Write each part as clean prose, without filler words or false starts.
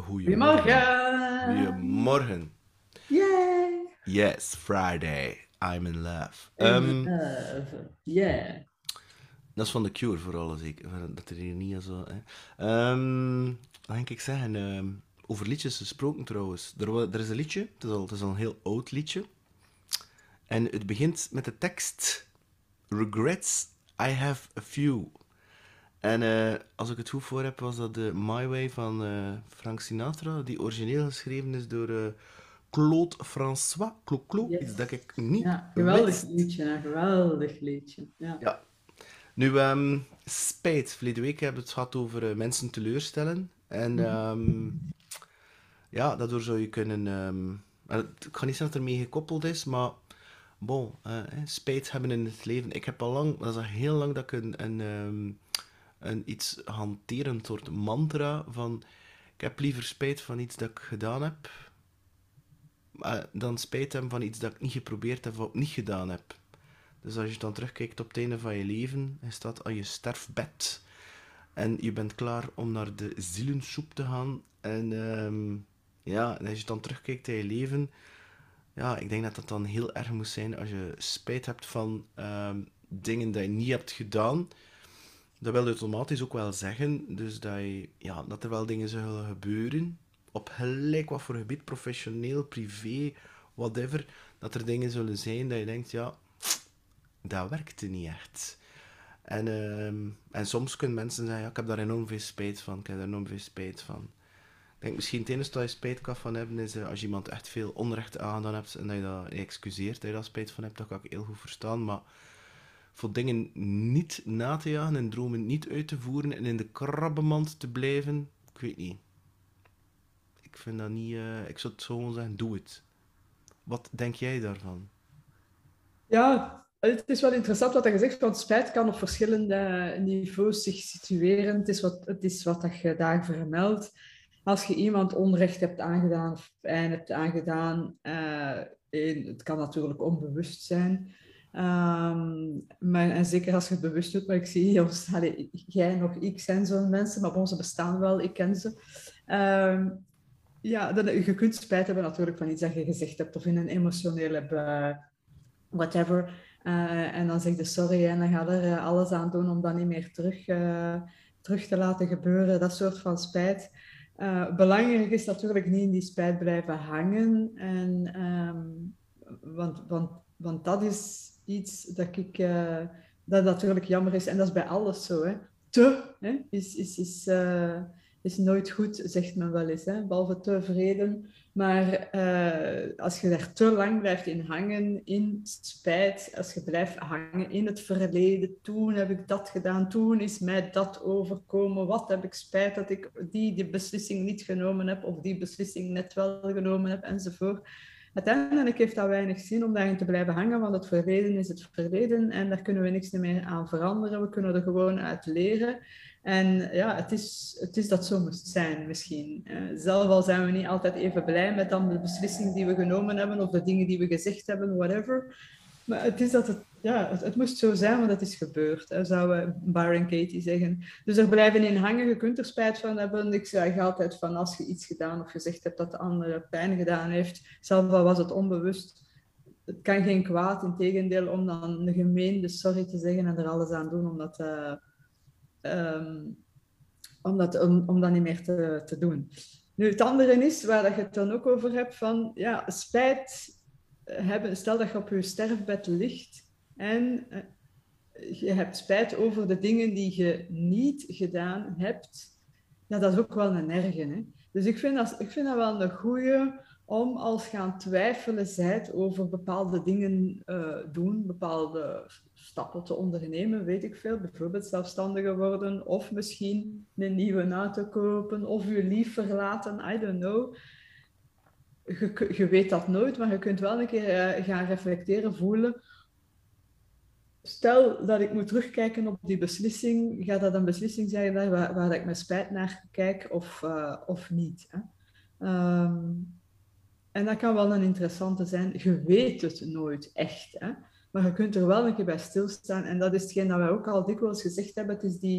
Goedemorgen. Goedemorgen. Yay. Yes, Friday. I'm in love. In love. Yeah. Dat is van The Cure, vooral als ik. Dat er hier niet zo... Hè. Wat denk ik zeggen? Over liedjes gesproken trouwens. Er is een liedje, het is al een heel oud liedje. En het begint met de tekst... Regrets, I have a few. En als ik het goed voor heb, was dat de My Way van Frank Sinatra, die origineel geschreven is door Claude François Clo-Clo, iets dat Yes. ik niet Ja, geweldig wist. liedje. Een geweldig liedje. Ja. Ja. Nu, spijt. Verleden week hebben we het gehad over mensen teleurstellen. En Mhm. ja, daardoor zou je kunnen... ik ga niet zeggen dat het ermee gekoppeld is, maar... Bon, spijt hebben in het leven. Ik heb al lang, dat is al heel lang dat ik een iets hanterend soort mantra van... Ik heb liever spijt van iets dat ik gedaan heb, dan spijt hebben van iets dat ik niet geprobeerd heb of niet gedaan heb. Dus als je dan terugkijkt op het einde van je leven, is dat aan je sterfbed en je bent klaar om naar de zielensoep te gaan. En ja, en als je dan terugkijkt in je leven, ja, ik denk dat dat dan heel erg moet zijn als je spijt hebt van dingen die je niet hebt gedaan. Dat wil automatisch ook wel zeggen, dus dat er wel dingen zullen gebeuren, op gelijk wat voor gebied, professioneel, privé, whatever, dat er dingen zullen zijn dat je denkt, ja, dat werkte niet echt. En soms kunnen mensen zeggen, ja, ik heb daar enorm veel spijt van, ik heb daar enorm veel spijt van. Ik denk misschien het enige dat je spijt kan van hebben, is als je iemand echt veel onrecht aangedaan hebt en dat je dat excuseert, dat je daar spijt van hebt, dat kan ik heel goed verstaan, maar voor dingen niet na te jagen en dromen niet uit te voeren en in de krabbenmand te blijven, ik weet niet. Ik vind dat niet... ik zou het gewoon zeggen, doe het. Wat denk jij daarvan? Ja, het is wel interessant wat je zegt, want spijt kan op verschillende niveaus zich situeren. Het is wat dat je daar vermeldt. Als je iemand onrecht hebt aangedaan of pijn hebt aangedaan, het kan natuurlijk onbewust zijn. En zeker als je het bewust doet, maar ik zie ons, jij nog, ik zijn zo'n mensen, maar onze bestaan wel, ik ken ze. Ja, je kunt spijt hebben natuurlijk van iets dat je gezegd hebt of in een emotionele whatever. En dan zeg je sorry en dan ga er alles aan doen om dat niet meer terug te laten gebeuren. Dat soort van spijt. Belangrijk is natuurlijk niet in die spijt blijven hangen. Want dat is iets dat natuurlijk jammer is. En dat is bij alles zo. Hè. Hè, is nooit goed, zegt men wel eens. Hè. Behalve tevreden. Maar als je daar te lang blijft in hangen, in spijt, als je blijft hangen in het verleden, toen heb ik dat gedaan, toen is mij dat overkomen, wat heb ik spijt dat ik die beslissing niet genomen heb of die beslissing net wel genomen heb, enzovoort. Uiteindelijk heeft dat weinig zin om daarin te blijven hangen, want het verleden is het verleden en daar kunnen we niks meer aan veranderen. We kunnen er gewoon uit leren. En ja, het is dat zo moest zijn misschien. Zelf al zijn we niet altijd even blij met dan de beslissing die we genomen hebben of de dingen die we gezegd hebben, whatever. Maar het is dat het moest zo zijn, want het is gebeurd, hè, zou Byron Katie zeggen. Dus er blijven in hangen, je kunt er spijt van hebben. Ik zeg altijd van als je iets gedaan of gezegd hebt dat de andere pijn gedaan heeft, zelfs al was het onbewust, het kan geen kwaad, integendeel, om dan een gemeende sorry te zeggen en er alles aan doen um, om dat niet meer te doen. Nu, het andere is, waar dat je het dan ook over hebt, van ja, spijt hebben. Stel dat je op je sterfbed ligt en je hebt spijt over de dingen die je niet gedaan hebt. Ja, dat is ook wel een erge. Hè? Dus ik vind dat wel een goeie om als je aan het twijfelen bent over bepaalde dingen doen, bepaalde stappen te ondernemen, weet ik veel. Bijvoorbeeld zelfstandiger worden of misschien een nieuwe na te kopen of je lief verlaten, I don't know. Je weet dat nooit, maar je kunt wel een keer gaan reflecteren, voelen. Stel dat ik moet terugkijken op die beslissing, gaat dat een beslissing zijn waar ik met spijt naar kijk of niet. Hè? En dat kan wel een interessante zijn. Je weet het nooit echt, hè? Maar je kunt er wel een keer bij stilstaan. En dat is hetgeen dat wij ook al dikwijls gezegd hebben. Het is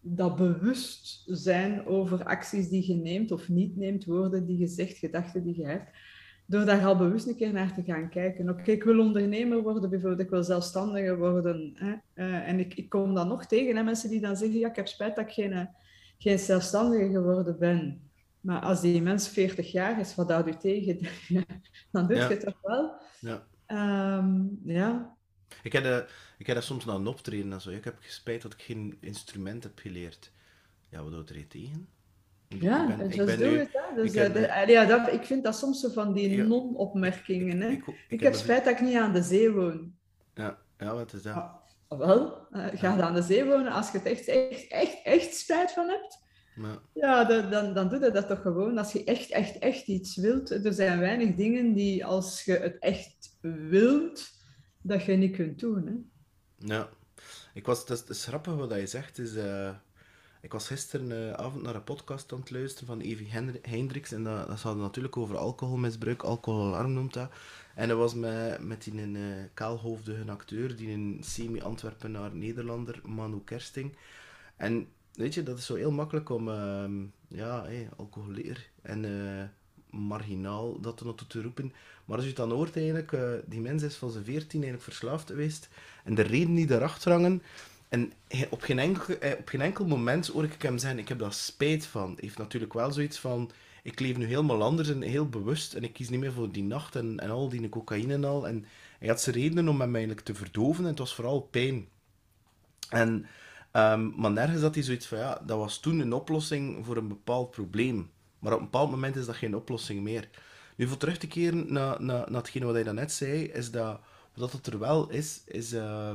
dat bewustzijn over acties die je neemt of niet neemt, woorden die je zegt, gedachten die je hebt, door daar al bewust een keer naar te gaan kijken. Oké, ik wil ondernemer worden, bijvoorbeeld, ik wil zelfstandiger worden. Hè? En ik kom dan nog tegen hè, mensen die dan zeggen, ja, ik heb spijt dat ik geen zelfstandige geworden ben. Maar als die mens 40 jaar is, wat houdt u tegen? Dan doe je Ja, het toch wel? ja. Ja. Ik heb dat soms na een optreden en zo. Ik heb spijt dat ik geen instrument heb geleerd. Ja, wat houdt er tegen? Ja, Ik just ben do nu... it. Hè. Dus, Ik heb, ja, ik vind dat soms zo van die ja, non-opmerkingen. Hè. ik Ik heb heb een... spijt dat ik niet aan de zee woon. Ja, ja, wat is dat? Ah, wel, ga Ja, je aan de zee wonen als je het echt spijt van hebt. maar... Ja, dan doe je dat toch gewoon. Als je echt iets wilt. Er zijn weinig dingen die als je het echt wilt, dat je niet kunt doen. Hè. Ja. Het is grappig wat je zegt. Ik was gisteravond naar een podcast aan het luisteren van Evi Hendricks. En dat ze hadden natuurlijk over alcoholmisbruik. Alcoholalarm noemt dat. En dat was met die kaalhoofdige acteur, die een semi-Antwerpenaar Nederlander, Manu Kersting. En weet je, dat is zo heel makkelijk om, ja, alcoholieer en marginaal dat er nog toe te roepen. Maar als je het dan hoort eigenlijk, die mens is van zijn 14 eigenlijk verslaafd geweest. En de redenen die daarachter hangen, en op geen enkel moment hoor ik hem zeggen, ik heb daar spijt van. Hij heeft natuurlijk wel zoiets van, ik leef nu helemaal anders en heel bewust en ik kies niet meer voor die nacht en al die cocaïne en al. En hij had zijn redenen om hem eigenlijk te verdoven en het was vooral pijn. En, maar nergens had hij zoiets van, ja, dat was toen een oplossing voor een bepaald probleem. Maar op een bepaald moment is dat geen oplossing meer. Nu, voor terug te keren naar hetgene wat hij daarnet zei, is dat, wat het er wel is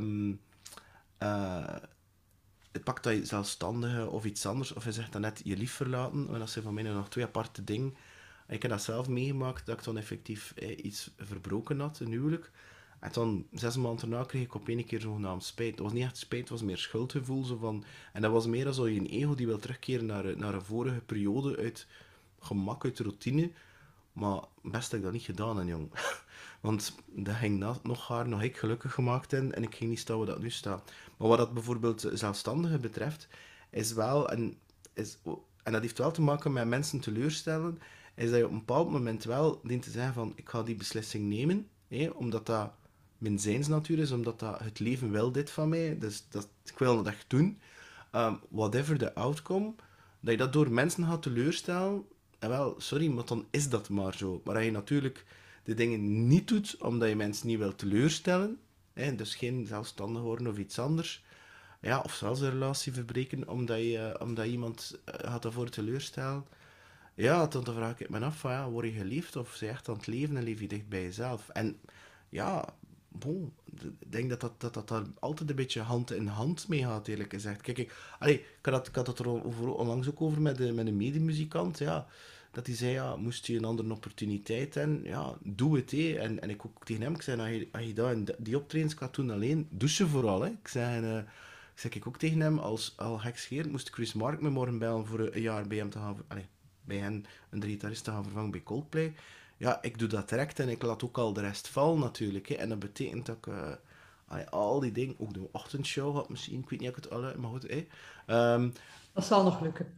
eh, het pakt dat je zelfstandige of iets anders, of je zegt dan net je lief verlaten, en dat zijn van mij nog twee aparte dingen. Ik heb dat zelf meegemaakt, dat ik dan effectief iets verbroken had, een huwelijk. En dan, 6 maanden daarna, kreeg ik op één keer zogenaamd spijt. Dat was niet echt spijt, het was meer schuldgevoel. Zo van, en dat was meer als je een ego die wil terugkeren naar een vorige periode uit gemak, uit routine. Maar best heb ik dat niet gedaan, hè, jong. Want dat ging nog haar, nog ik gelukkig gemaakt in. En ik ging niet staan waar dat nu staat. Maar wat dat bijvoorbeeld zelfstandigen betreft, is wel... En dat heeft wel te maken met mensen teleurstellen, is dat je op een bepaald moment wel dient te zeggen van, ik ga die beslissing nemen, omdat dat mijn zijnsnatuur is, omdat dat het leven wil dit van mij, dus ik wil dat echt doen. Whatever the outcome, dat je dat door mensen gaat teleurstellen, en wel, sorry, maar dan is dat maar zo. Maar als je natuurlijk de dingen niet doet, omdat je mensen niet wil teleurstellen, dus geen zelfstandig worden of iets anders, ja, of zelfs een relatie verbreken omdat iemand gaat daarvoor teleurstellen. Ja, dan vraag ik me af van, ja, word je geliefd of zeg je echt aan het leven en leef je dicht bij jezelf? En ja, bon, ik denk dat daar altijd een beetje hand in hand mee gaat, eerlijk gezegd. Kijk, ik had het er onlangs ook over met een medemuzikant, ja, dat hij zei, ja, moest je een andere opportuniteit hebben, ja, doe het, hé. En ik ook tegen hem, ik zei, als je dat in die optredens gaat doen alleen, douche vooral, hè. Ik ook tegen hem, al gekscherend, moest Chris Mark me morgen bellen voor een jaar bij hem te gaan, bij hen een gitarist te gaan vervangen bij Coldplay. Ja, ik doe dat direct en ik laat ook al de rest vallen natuurlijk. Hè. En dat betekent dat ik al die dingen, ook de ochtendshow had misschien, ik weet niet of ik het alle, maar goed. Hè. Dat zal nog lukken.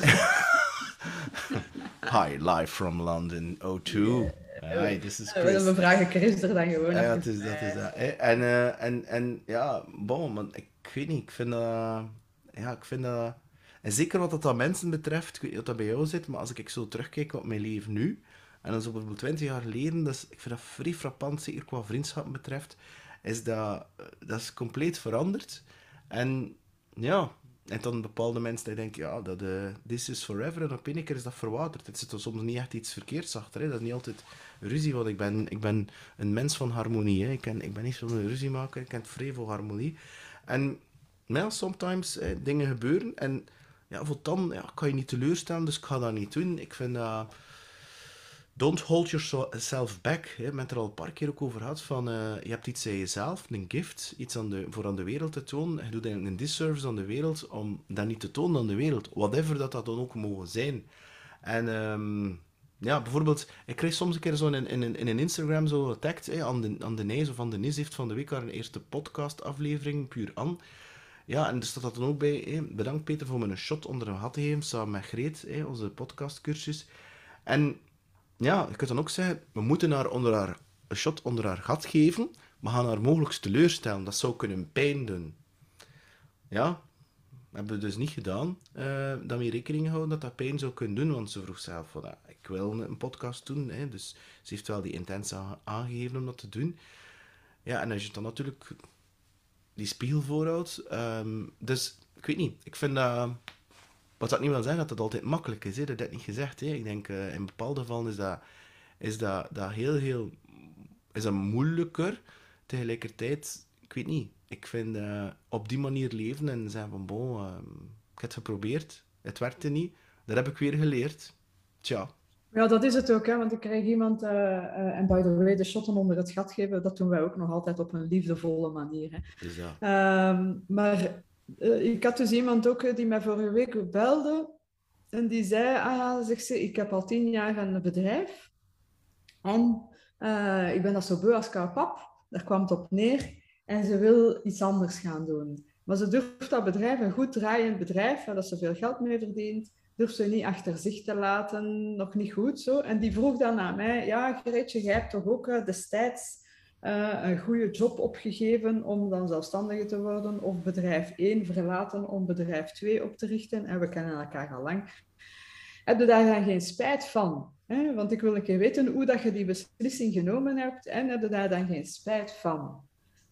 Hi, live from London, O2. Hi, this is Chris. We vragen Chris er dan gewoon Ja, even dat is bij. dat. Hè. En ja, bon, man, ik weet niet, ik vind dat... En zeker wat dat aan mensen betreft, ik weet niet wat dat bij jou zit, maar als ik zo terugkijk op mijn leven nu, en dan zo bijvoorbeeld 20 jaar geleden, ik vind dat vrij frappant, zeker qua vriendschappen betreft, is dat is compleet veranderd. En ja, en dan bepaalde mensen die denken, ja, this is forever, en op een keer is dat verwaterd. Het zit er soms niet echt iets verkeerds achter, hè. Dat is niet altijd ruzie, want ik ben een mens van harmonie, hè. Ik ben niet zo'n ruzie maken, ik ken vrij veel harmonie. En ja, sometimes dingen gebeuren, en ja, voor dan kan je niet teleurstellen, dus ik ga dat niet doen. Ik vind dat... Don't hold yourself back. Hè. We hebben het er al een paar keer ook over gehad. Van, je hebt iets aan jezelf, een gift, iets voor aan de wereld te tonen. Je doet eigenlijk een disservice aan de wereld om dat niet te tonen aan de wereld. Whatever dat dan ook mogen zijn. En ja, bijvoorbeeld, ik kreeg soms een keer zo in een Instagram zo tagt aan de Nijs of aan de Nis heeft van de week haar eerste podcast aflevering, puur aan. Ja, en er staat dat dan ook bij. Bedankt Peter voor me een shot onder een gat te geven, samen met Greet, onze podcastcursus. En ja, je kunt dan ook zeggen, we moeten haar een shot onder haar gat geven, maar gaan haar mogelijk teleurstellen. Dat zou kunnen pijn doen. Ja, hebben we dus niet gedaan. Dat we rekening houden dat dat pijn zou kunnen doen, want ze vroeg zelf van, ik wil een podcast doen, dus ze heeft wel die intentie aangegeven om dat te doen. Ja, en als je dan natuurlijk die spiegel voorhoudt, dus ik weet niet, ik vind dat, wat dat niet wil zeggen dat het altijd makkelijk is, dat heb ik niet gezegd. Ik denk, in bepaalde gevallen is dat heel, is dat moeilijker. Tegelijkertijd, ik weet niet, ik vind op die manier leven en zeggen van, ik heb het geprobeerd, het werkte niet, dat heb ik weer geleerd. Tja. Ja, dat is het ook, hè, want ik krijg iemand, en by the way, de shotten onder het gat geven, dat doen wij ook nog altijd op een liefdevolle manier. Hè. Dus ja. Maar ik had dus iemand ook die mij vorige week belde en die zei, zegt ze, ik heb al 10 jaar een bedrijf en ik ben dat zo beu als pap, daar kwam het op neer en ze wil iets anders gaan doen. Maar ze durft dat bedrijf, een goed draaiend bedrijf, dat ze veel geld mee verdient, durft ze niet achter zich te laten, nog niet goed zo. En die vroeg dan aan mij, ja Greetje, jij hebt toch ook destijds een goede job opgegeven om dan zelfstandige te worden, of bedrijf 1 verlaten om bedrijf 2 op te richten. En we kennen elkaar al lang. Heb je daar dan geen spijt van? Hè? Want ik wil een keer weten hoe dat je die beslissing genomen hebt en heb je daar dan geen spijt van?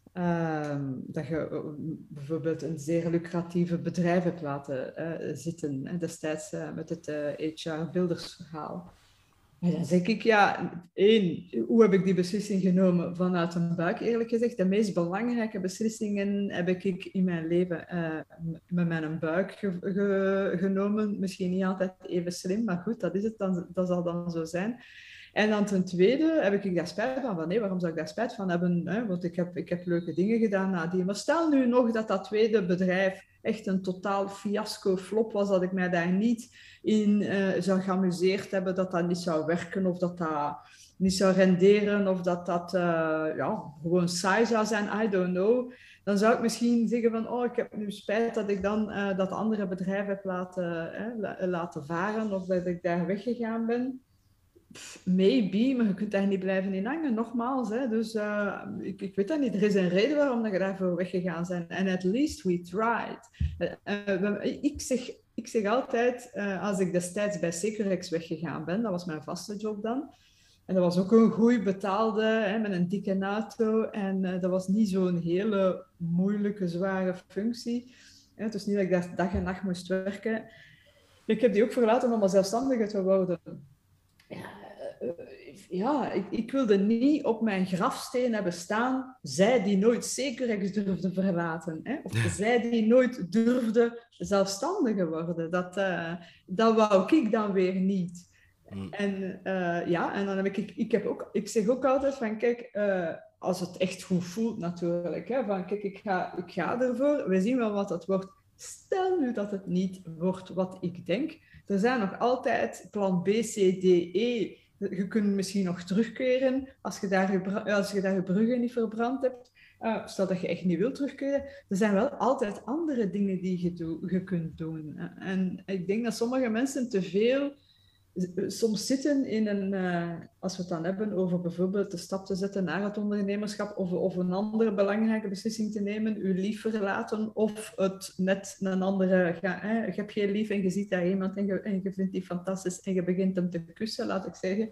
Dat je bijvoorbeeld een zeer lucratieve bedrijf hebt laten zitten, destijds met het HR-buildersverhaal. En dan zeg ik, ja, hoe heb ik die beslissing genomen? Vanuit een buik, eerlijk gezegd. De meest belangrijke beslissingen heb ik in mijn leven met mijn buik genomen. Misschien niet altijd even slim, maar goed, dat is het dan, dat zal dan zo zijn. En dan ten tweede heb ik daar spijt van nee, waarom zou ik daar spijt van hebben? Hè? Want ik heb leuke dingen gedaan nadien. Maar stel nu nog dat tweede bedrijf echt een totaal fiasco-flop was, dat ik mij daar niet in zou geamuseerd hebben, dat dat niet zou werken of dat dat niet zou renderen of dat dat gewoon saai zou zijn, I don't know. Dan zou ik misschien zeggen van, ik heb nu spijt dat ik dan dat andere bedrijf heb laten varen of dat ik daar weggegaan ben. Maybe, maar je kunt daar niet blijven in hangen, nogmaals. Hè. Dus ik weet dat niet. Er is een reden waarom je daarvoor weggegaan bent. En at least we tried. Ik zeg altijd, als ik destijds bij Securex weggegaan ben, dat was mijn vaste job dan. En dat was ook een goed betaalde, met een dikke auto. En dat was niet zo'n hele moeilijke, zware functie. Het is niet dat ik daar dag en nacht moest werken. Ik heb die ook verlaten om als zelfstandige te worden. Ik wilde niet op mijn grafsteen hebben staan, zij die nooit Securex durfde verlaten. Hè? Of zij die nooit durfde zelfstandige worden. Dat wou ik dan weer niet. En en dan heb ik zeg ook altijd van, kijk, als het echt goed voelt natuurlijk, hè, van kijk, ik ga ervoor, we zien wel wat het wordt. Stel nu dat het niet wordt wat ik denk. Er zijn nog altijd plan B, C, D, E. Je kunt misschien nog terugkeren als je daar je bruggen niet verbrand hebt. Stel dat je echt niet wilt terugkeren. Er zijn wel altijd andere dingen die je kunt doen. En ik denk dat sommige mensen te veel soms zitten in als we het dan hebben over bijvoorbeeld de stap te zetten naar het ondernemerschap of een andere belangrijke beslissing te nemen, je lief verlaten of het net een andere, je hebt geen lief en je ziet daar iemand en je vindt die fantastisch en je begint hem te kussen, laat ik zeggen.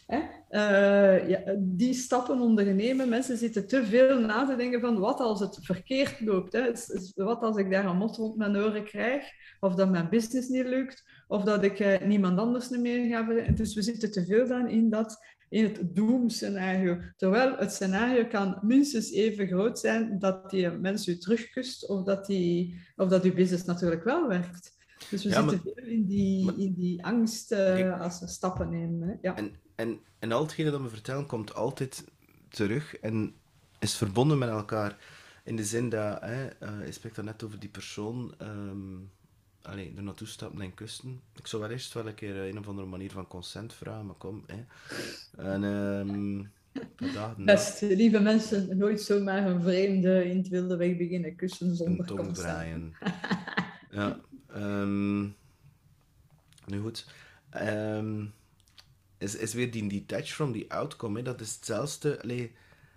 Die stappen ondernemen, mensen zitten te veel na te denken van wat als het verkeerd loopt. Hè? Wat als ik daar een mot rond mijn oren krijg, of dat mijn business niet lukt, of dat ik niemand anders meer ga. Dus we zitten te veel dan in het doemscenario. Terwijl het scenario kan minstens even groot zijn dat die mens u terugkust, of dat uw business natuurlijk wel werkt. Dus we zitten veel in die angst als we stappen nemen. Hè? Ja. En al hetgene dat we vertellen komt altijd terug en is verbonden met elkaar. In de zin dat, je spreekt dan net over die persoon, er naartoe stappen en kussen. Ik zou wel eerst wel een keer een of andere manier van consent vragen, maar kom. En Per dag, nacht, Best, lieve mensen, nooit zomaar een vreemde in het wilde weg beginnen kussen een zonder tong consent. draaien. Ja, nu goed. Ehm, is weer die detach from the outcome. Hè. Dat is hetzelfde. Allee,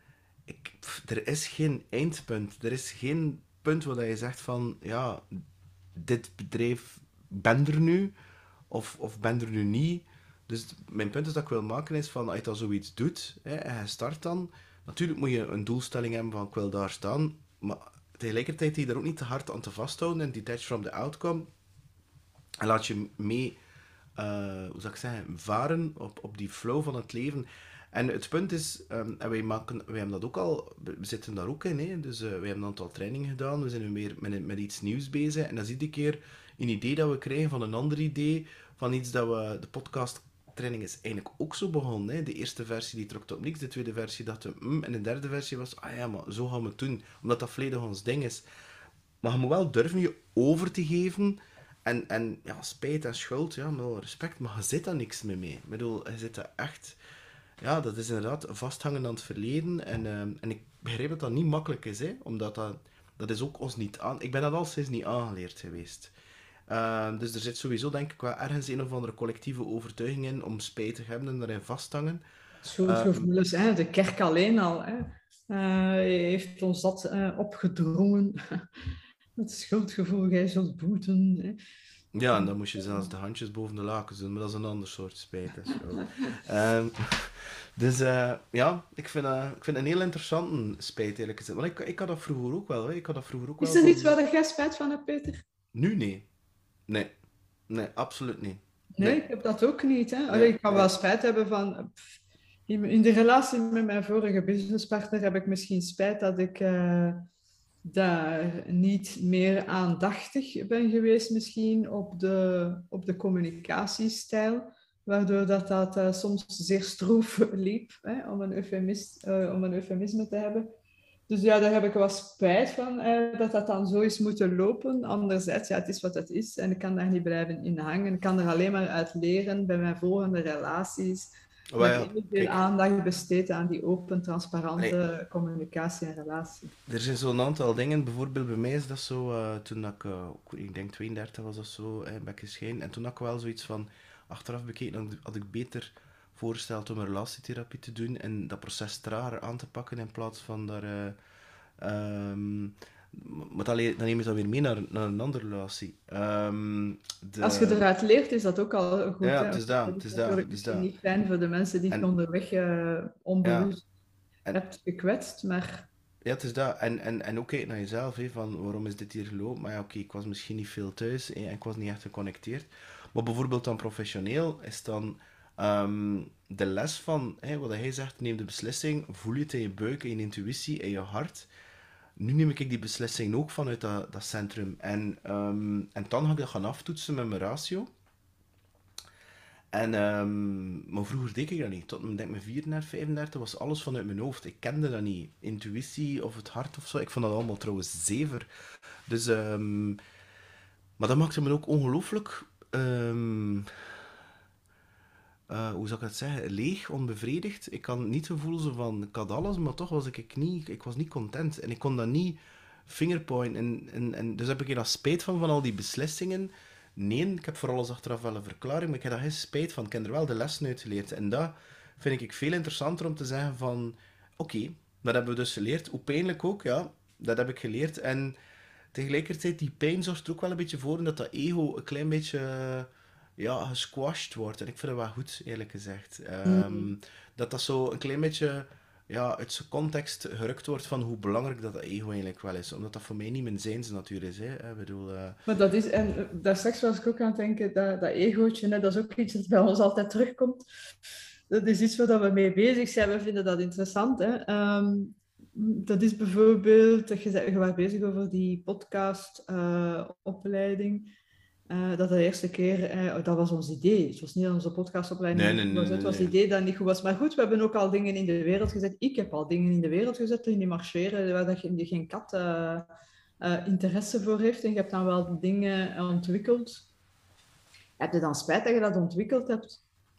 er is geen eindpunt. Er is geen punt waar je zegt van, ja, dit bedrijf ben er nu, of ben er nu niet. Dus mijn punt is dat ik wil maken is van, als je dan zoiets doet, hè, en je start dan, natuurlijk moet je een doelstelling hebben van, ik wil daar staan, maar tegelijkertijd die je er ook niet te hard aan te vasthouden en detach from the outcome, en laat je mee, hoe zou ik zeggen, varen op die flow van het leven. En het punt is, en wij hebben dat ook al, we zitten daar ook in, hè? Dus wij hebben een aantal trainingen gedaan, we zijn nu weer met iets nieuws bezig, en dat is iedere keer een idee dat we krijgen van een ander idee, van iets dat we, de podcast training is eigenlijk ook zo begonnen. Hè? De eerste versie die trok tot niks, de tweede versie dacht we, en de derde versie was, ah ja, maar zo gaan we het doen, omdat dat volledig ons ding is. Maar je moet wel durven je over te geven. En ja, spijt en schuld, ja, met alle respect, maar je zit daar niks meer mee. Ik bedoel, je zit daar echt... Ja, dat is inderdaad vasthangen aan het verleden. En ik begrijp dat dat niet makkelijk is, hè, omdat dat is ook ons niet aan... Ik ben dat al sinds niet aangeleerd geweest. Dus er zit sowieso, denk ik, wel ergens een of andere collectieve overtuiging in om spijt te hebben en daarin vasthangen. Schuldgevoelens, hè? De kerk alleen al, hè? Heeft ons dat opgedrongen. Het schuldgevoel, jij zult boeten. Hè? Ja, en dan moest je zelfs de handjes boven de lakens doen, maar dat is een ander soort spijt. Hè, zo. Ehm, dus ja, ik vind het een heel interessante spijt, eerlijk gezegd. Want ik had dat vroeger ook wel. Hè. Ik had dat vroeger ook Is wel er iets van... waar jij spijt van hebt, Peter? Nu, nee. Nee. Nee, absoluut niet. Nee, Nee. ik heb dat ook niet. Hè? Nee. Allee, ik kan Nee. wel spijt hebben van... In de relatie met mijn vorige businesspartner heb ik misschien spijt dat ik daar niet meer aandachtig ben geweest misschien op de communicatiestijl, waardoor dat soms zeer stroef liep, hè, om een eufemisme te hebben. Dus ja, daar heb ik wel spijt van, dat dat dan zo is moeten lopen. Anderzijds, ja, het is wat het is en ik kan daar niet blijven in hangen. Ik kan er alleen maar uit leren bij mijn volgende relaties, Maar met ja, heel veel kijk. aandacht besteed aan die open, Nee, transparante communicatie en relatie. er zijn zo'n aantal dingen. Bijvoorbeeld bij mij is dat zo... toen ik denk 32 was of zo, ben ik gescheiden. En toen had ik wel zoiets van... Achteraf bekeken had ik beter voorgesteld om een relatietherapie te doen en dat proces trager aan te pakken in plaats van daar... ehm, maar dan neem je dat weer mee naar een andere relatie. Als je De... eruit leert, is dat ook al goed. Ja, Hè? het is dat. Dat Het is is dat. natuurlijk Het is misschien dat. niet fijn voor de mensen die je En onderweg ja, onbewust en, hebt gekwetst, maar ja, het is dat. En ook kijk naar jezelf, hè, van waarom is dit hier gelopen? Maar ja, oké, ik was misschien niet veel thuis, hè, en ik was niet echt geconnecteerd. Maar bijvoorbeeld dan professioneel is dan de les van, hè, wat hij zegt, neem de beslissing, voel je het in je buik, in je intuïtie, in je hart. Nu neem ik die beslissing ook vanuit dat centrum. En dan ga ik dat gaan aftoetsen met mijn ratio. Maar vroeger deed ik dat niet. Tot denk mijn 34, 35 was alles vanuit mijn hoofd. Ik kende dat niet. Intuïtie of het hart of zo. Ik vond dat allemaal trouwens zever. Dus, maar dat maakte me ook ongelooflijk, hoe zou ik het zeggen, leeg, onbevredigd. Ik had niet het gevoel zo van, ik had alles, maar toch was ik was niet content. En ik kon dat niet fingerpointen. En dus heb ik er dan spijt van al die beslissingen. Nee, ik heb voor alles achteraf wel een verklaring, maar ik heb daar geen spijt van. Ik heb er wel de lessen uit geleerd. En dat vind ik veel interessanter om te zeggen van... Oké, dat hebben we dus geleerd. Hoe pijnlijk ook, ja. Dat heb ik geleerd. En tegelijkertijd, die pijn zorgt er ook wel een beetje voor dat dat ego een klein beetje ja, gesquashed wordt. En ik vind het wel goed, eerlijk gezegd. mm, Dat zo een klein beetje ja, uit zijn context gerukt wordt van hoe belangrijk dat ego eigenlijk wel is. Omdat dat voor mij niet mijn zijnsnatuur is. Hè. Ik bedoel, maar dat is, en daar straks was ik ook aan het denken, dat egootje, hè, dat is ook iets dat bij ons altijd terugkomt. Dat is iets waar we mee bezig zijn, we vinden dat interessant. Hè. Dat is bijvoorbeeld, je was bezig over die podcastopleiding. Dat de eerste keer, dat was ons idee. Het was niet dat onze podcastopleiding nee, niet nee, goed nee, was. nee, Het was het nee. idee dat niet goed was. Maar goed, we hebben ook al dingen in de wereld gezet. Ik heb al dingen in de wereld gezet die niet marcheren, waar dat geen kat interesse voor heeft. En je hebt dan wel dingen ontwikkeld. Heb je dan spijt dat je dat ontwikkeld hebt?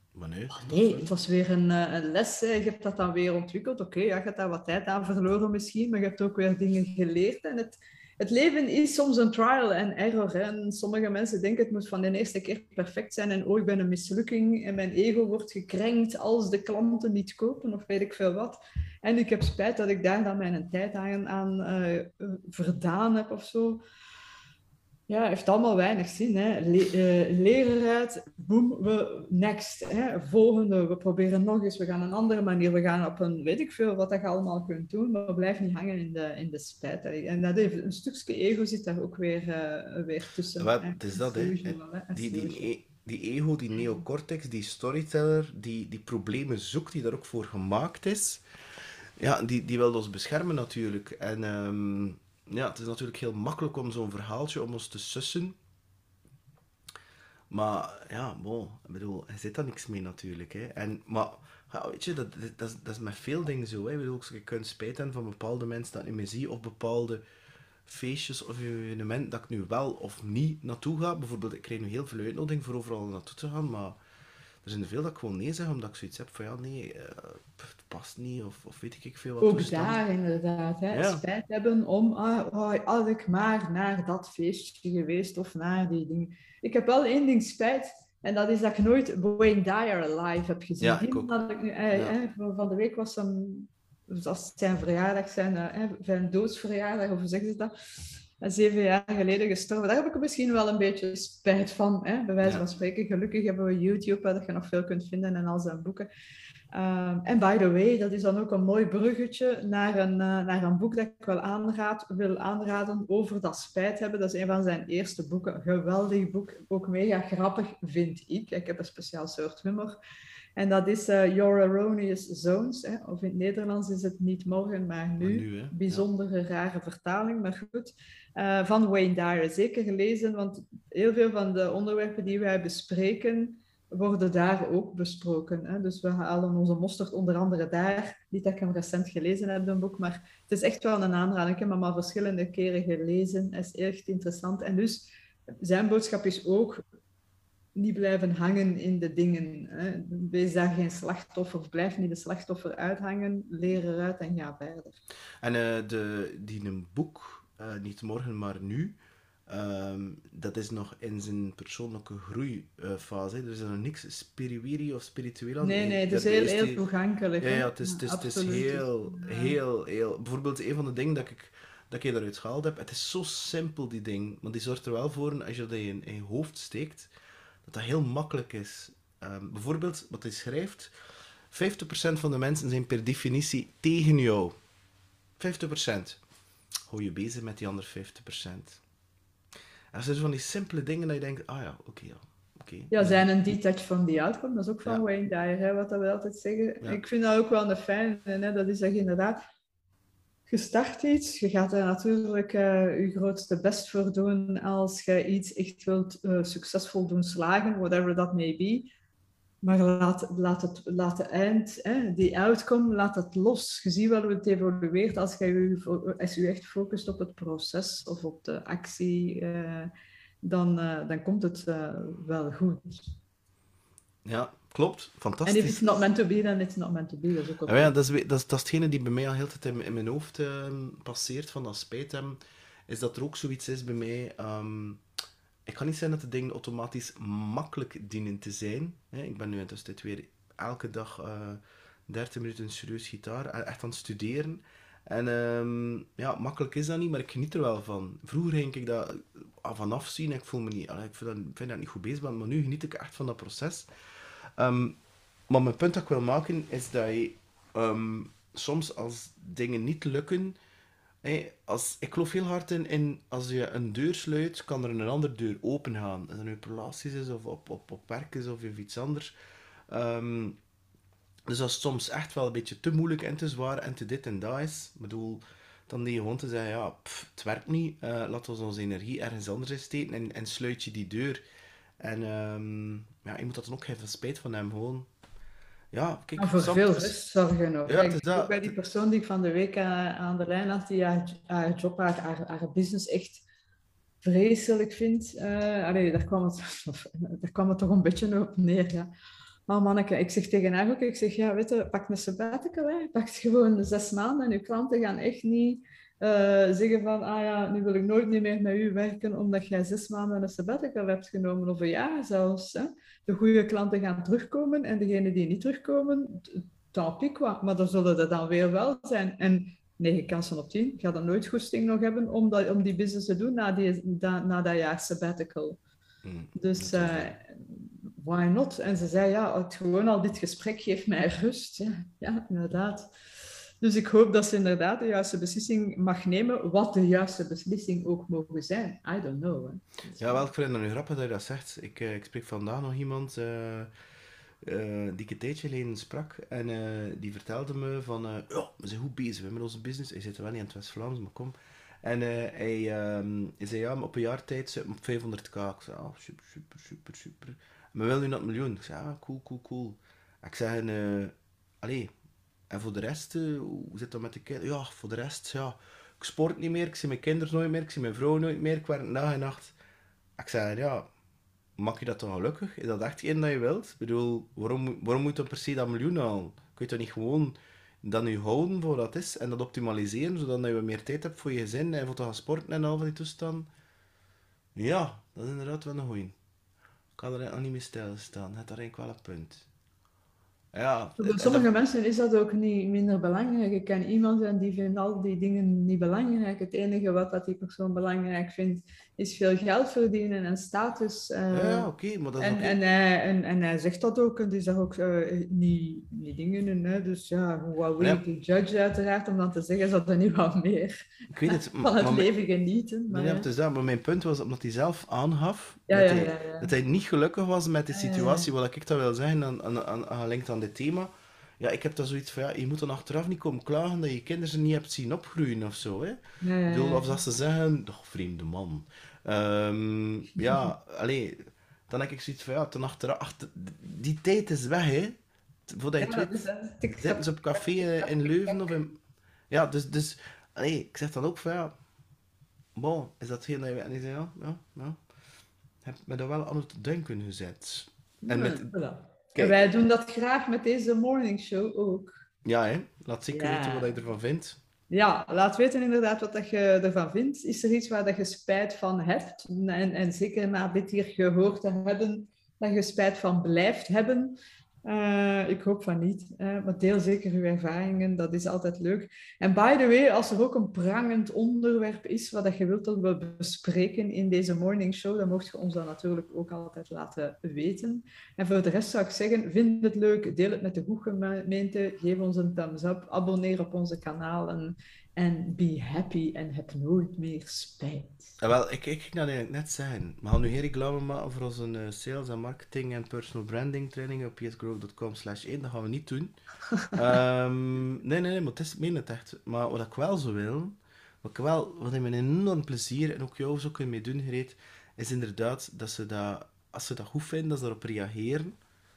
Wanneer? Nee, het was weer een les. Hè. Je hebt dat dan weer ontwikkeld. Oké, ja, je hebt daar wat tijd aan verloren misschien, maar je hebt ook weer dingen geleerd. En het leven is soms een trial and error. Hè. En sommige mensen denken het moet van de eerste keer perfect zijn. En oh, ik ben een mislukking en mijn ego wordt gekrenkt als de klanten niet kopen of weet ik veel wat. En ik heb spijt dat ik daar dan mijn tijd aan verdaan heb of zo. Ja, heeft allemaal weinig zin. Hè. Leren eruit, boom, next. Hè. Volgende, we proberen nog eens, we gaan een andere manier, we gaan op een, weet ik veel, wat dat je allemaal kunt doen, maar blijf niet hangen in de spijt. Hè. En dat heeft, een stukje ego zit daar ook weer tussen. Wel, Hè. het is dat, As hè. usual, hè. As usual. Die ego, die neocortex, die storyteller, die problemen zoekt, die daar ook voor gemaakt is, ja, die wil ons beschermen natuurlijk. En ja, het is natuurlijk heel makkelijk om zo'n verhaaltje om ons te sussen. Maar ja, bon, ik bedoel, er zit daar niks mee natuurlijk. Hè. Maar ja, weet je, dat is met veel dingen zo. Hè. Ik bedoel, je kunt spijt hebben van bepaalde mensen dat ik niet meer zie, of bepaalde feestjes of evenementen dat ik nu wel of niet naartoe ga. Bijvoorbeeld, ik krijg nu heel veel uitnodiging voor overal naartoe te gaan, maar er zijn er veel dat ik gewoon nee zeg, omdat ik zoiets heb van ja, nee, het past niet, of weet ik veel wat Ook toestaan. daar inderdaad, hè, Ja. spijt hebben om, had ik maar naar dat feestje geweest of naar die dingen. Ik heb wel één ding spijt, en dat is dat ik nooit Wayne Dyer live heb gezien. Ja, ik Die ook. had ik nu, Ja. van de week was zijn verjaardag, zijn doodsverjaardag, of hoe zeggen ze dat? 7 jaar geleden gestorven. Daar heb ik misschien wel een beetje spijt van, hè? Bij wijze Ja. van spreken. Gelukkig hebben we YouTube, waar je nog veel kunt vinden en al zijn boeken. En by the way, dat is dan ook een mooi bruggetje naar een boek dat ik wil aanraden over dat spijt hebben. Dat is een van zijn eerste boeken. Geweldig boek. Ook mega grappig, vind ik. Ik heb een speciaal soort humor. En dat is Your Erroneous Zones. Hè? Of in het Nederlands is het niet morgen, maar Maar nu. nu, hè. Ja. Bijzondere, rare vertaling, maar goed. Van Wayne Dyer. Zeker gelezen, want heel veel van de onderwerpen die wij bespreken worden daar ook besproken. Hè? Dus we halen onze mosterd onder andere daar. Niet dat ik hem recent gelezen heb, een boek, maar het is echt wel een aanrader. Ik heb hem al verschillende keren gelezen. Het is echt interessant. En dus zijn boodschap is ook niet blijven hangen in de dingen. Hè? Wees daar geen slachtoffer, of blijf niet de slachtoffer uithangen. Leer eruit en ga verder. En die een boek, niet morgen, maar nu, dat is nog in zijn persoonlijke groeifase. Er is nog niks spiriwiri of spiritueel aan. Nee, het is heel toegankelijk. Ja, hè? het is heel... Bijvoorbeeld, een van de dingen dat ik eruit gehaald heb, het is zo simpel, die ding, maar die zorgt er wel voor, als je dat in je hoofd steekt, dat heel makkelijk is. Bijvoorbeeld, wat hij schrijft, 50% van de mensen zijn per definitie tegen jou. 50%. Hou je bezig met die andere 50%. En dat zijn van die simpele dingen dat je denkt, ah ja, oké. Ja, zijn een detach van die outcome, dat is ook van Ja. Wayne Dyer, hè, wat we altijd zeggen. Ja. Ik vind dat ook wel een fijn, hè, dat is dat je inderdaad, je start iets, je gaat er natuurlijk je grootste best voor doen als je iets echt wilt succesvol doen slagen, whatever that may be. Maar laat de eind, hè, die outcome, laat het los. Je ziet wel hoe het evolueert als je echt focust op het proces of op de actie, dan komt het wel goed. Ja, klopt. En Fantastisch. if it's not meant to be, then it's not meant to be. Dat is ook Ja, ja, dat is hetgene die bij mij al heel de tijd in mijn hoofd passeert, van dat spijt hem, is dat er ook zoiets is bij mij. Ik kan niet zeggen dat de dingen automatisch makkelijk dienen te zijn. Ik ben nu intussen weer elke dag 30 minuten serieus gitaar, echt aan het studeren. En ja, makkelijk is dat niet, maar ik geniet er wel van. Vroeger ging ik dat vanaf zien en ik voel me niet, ik vind dat ik niet goed bezig ben, maar nu geniet ik echt van dat proces. Maar mijn punt dat ik wil maken is dat je soms als dingen niet lukken, ik geloof heel hard in als je een deur sluit, kan er een andere deur open gaan. Als het nu op relaties is of op werk is of iets anders. Dus als het soms echt wel een beetje te moeilijk en te zwaar en te dit en dat is, bedoel, dan die je gewoon te zeggen, ja, het werkt niet, laten we onze energie ergens anders in steken en sluit je die deur. En ja, je moet dat dan ook geen spijt van hem, gewoon. Ja, kijk, maar voor veel rust zorgen ook. Ja, Ik ook bij die persoon die ik van de week aan de lijn had, die haar job, haar business echt vreselijk vindt. Daar kwam het toch een beetje op neer, ja. Maar manneke, ik zeg tegen haar ook, ik zeg, ja, weet je, pak een sabbatical, hè. Pak gewoon 6 maanden en uw klanten gaan echt niet zeggen van, ah ja, nu wil ik nooit meer met u werken omdat jij 6 maanden een sabbatical hebt genomen, of een jaar zelfs. Hè. De goede klanten gaan terugkomen en degenen die niet terugkomen, tant pis quoi. Maar dan zullen er dan weer wel zijn. En 9 kansen op 10 ga dan nooit goesting nog hebben om die business te doen na dat jaar sabbatical. Dus why not? En ze zei, ja, gewoon al dit gesprek geeft mij rust. Ja, inderdaad. Dus ik hoop dat ze inderdaad de juiste beslissing mag nemen, wat de juiste beslissing ook mogen zijn. I don't know. Hè. Ja, wel, ik vind het nu grappig dat je dat zegt. Ik spreek vandaag nog iemand die ik een tijdje geleden sprak. En die vertelde me van, ja, we zijn goed bezig met onze business. Hij zit er wel niet in het West-Vlaams, maar kom. En hij zei, ja, maar op een jaar tijd zit op 500k. Ik zei, oh, super. Maar wil nu naar het miljoen? Ik zei, ah, cool. Ik zei, allee, en voor de rest, hoe zit dat met de kinderen? Ja, voor de rest, ja, ik sport niet meer, ik zie mijn kinderen nooit meer, ik zie mijn vrouw nooit meer, ik werk dag en nacht. Ik zei, ja, maak je dat dan gelukkig? Is dat echt één dat je wilt? Ik bedoel, waarom moet je per se dat miljoen halen? Kun je toch niet gewoon dat nu houden voor wat dat is en dat optimaliseren, zodat je meer tijd hebt voor je gezin en voor te gaan sporten en al van die toestanden? Ja, dat is inderdaad wel een goeie. Ik kan er eigenlijk nog niet mee stilstaan, het is eigenlijk wel een punt. Ja, Voor sommige mensen is dat ook niet minder belangrijk. Ik ken iemand en die vindt al die dingen niet belangrijk. Het enige wat dat die persoon belangrijk vindt, is veel geld verdienen en status. ja, oké, maar dat is oké. En hij zegt dat ook, en die zegt ook niet dingen in. Hè. Dus ja, hoe Ja. ik de judge uiteraard, om dan te zeggen, zou er niet wat meer Ik weet het, van het leven genieten. Maar, ja, het is dat, maar mijn punt was omdat hij zelf aangaf Ja. dat hij niet gelukkig was met de situatie, wat ik dat wil zeggen, gelinkt aan dit thema. Ja, ik heb dan zoiets van, ja, je moet dan achteraf niet komen klagen dat je kinderen niet hebt zien opgroeien of zo, hè. Ik bedoel, of dat ze zeggen, toch, vreemde man. Ja, allee, dan heb ik zoiets van, ja, ten achteraf, die tijd is weg, hè. Voordat je het weet, zitten ze op café in Leuven of in... Ja, dus allee, ik zeg dan ook van, ja, bon, is dat hetgeen dat je... En die zei, ja. Heb me daar wel aan het denken gezet. En met... Voilà. En wij doen dat graag met deze morning show ook. Ja, hè. Laat zeker weten wat je ervan vindt. Ja, laat weten inderdaad wat dat je ervan vindt. Is er iets waar dat je spijt van hebt? En zeker na dit hier gehoord te hebben, dat je spijt van blijft hebben. Ik hoop van niet. Maar deel zeker uw ervaringen, dat is altijd leuk. En by the way, als er ook een prangend onderwerp is wat je wilt dat we bespreken in deze morning show, dan mocht je ons dat natuurlijk ook altijd laten weten. En voor de rest zou ik zeggen, vind het leuk, deel het met de goede gemeente, geef ons een thumbs up, abonneer op onze kanalen en be happy en heb nooit meer spijt. Ja, wel, ik ging dat eigenlijk net zeggen. We gaan nu geen reclame maken voor onze sales en marketing en personal branding training op psgrowth.com/1. Dat gaan we niet doen. Nee, maar het is, ik meen het echt. Maar wat ik wel zo wil, wat in mijn enorm plezier en ook jou zo kunnen mee doen, Greet, is inderdaad dat ze dat, als ze dat goed vinden, dat ze daarop reageren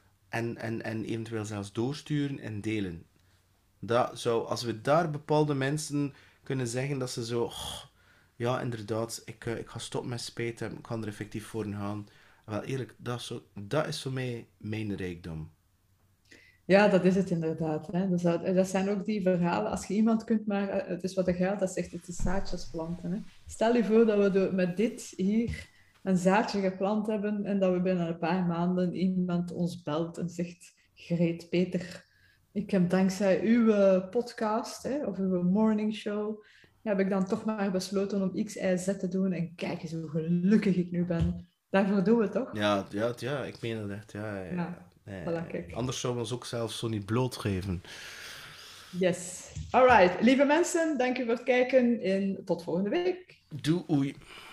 en eventueel zelfs doorsturen en delen. Dat zou, als we daar bepaalde mensen kunnen zeggen dat ze zo... ja, inderdaad, ik ga stoppen met spijt en ik kan er effectief voor gaan. Wel, eerlijk, dat is voor mij mijn rijkdom. Ja, dat is het inderdaad. Hè. Dus dat zijn ook die verhalen. Als je iemand kunt maar... Het is wat de geld dat zegt, het is zaadjes planten. Hè. Stel je voor dat we met dit hier een zaadje geplant hebben en dat we binnen een paar maanden iemand ons belt en zegt, Greet, Peter, ik heb dankzij uw podcast, of uw morning show, heb ik dan toch maar besloten om X, Y, Z te doen en kijk eens hoe gelukkig ik nu ben. Daarvoor doen we het toch? Ja, ik meen het echt. Ja. Voilà, kijk. Anders zouden we ons ook zelfs zo niet blootgeven. Yes. Alright. Lieve mensen, dank u voor het kijken en tot volgende week. Doei.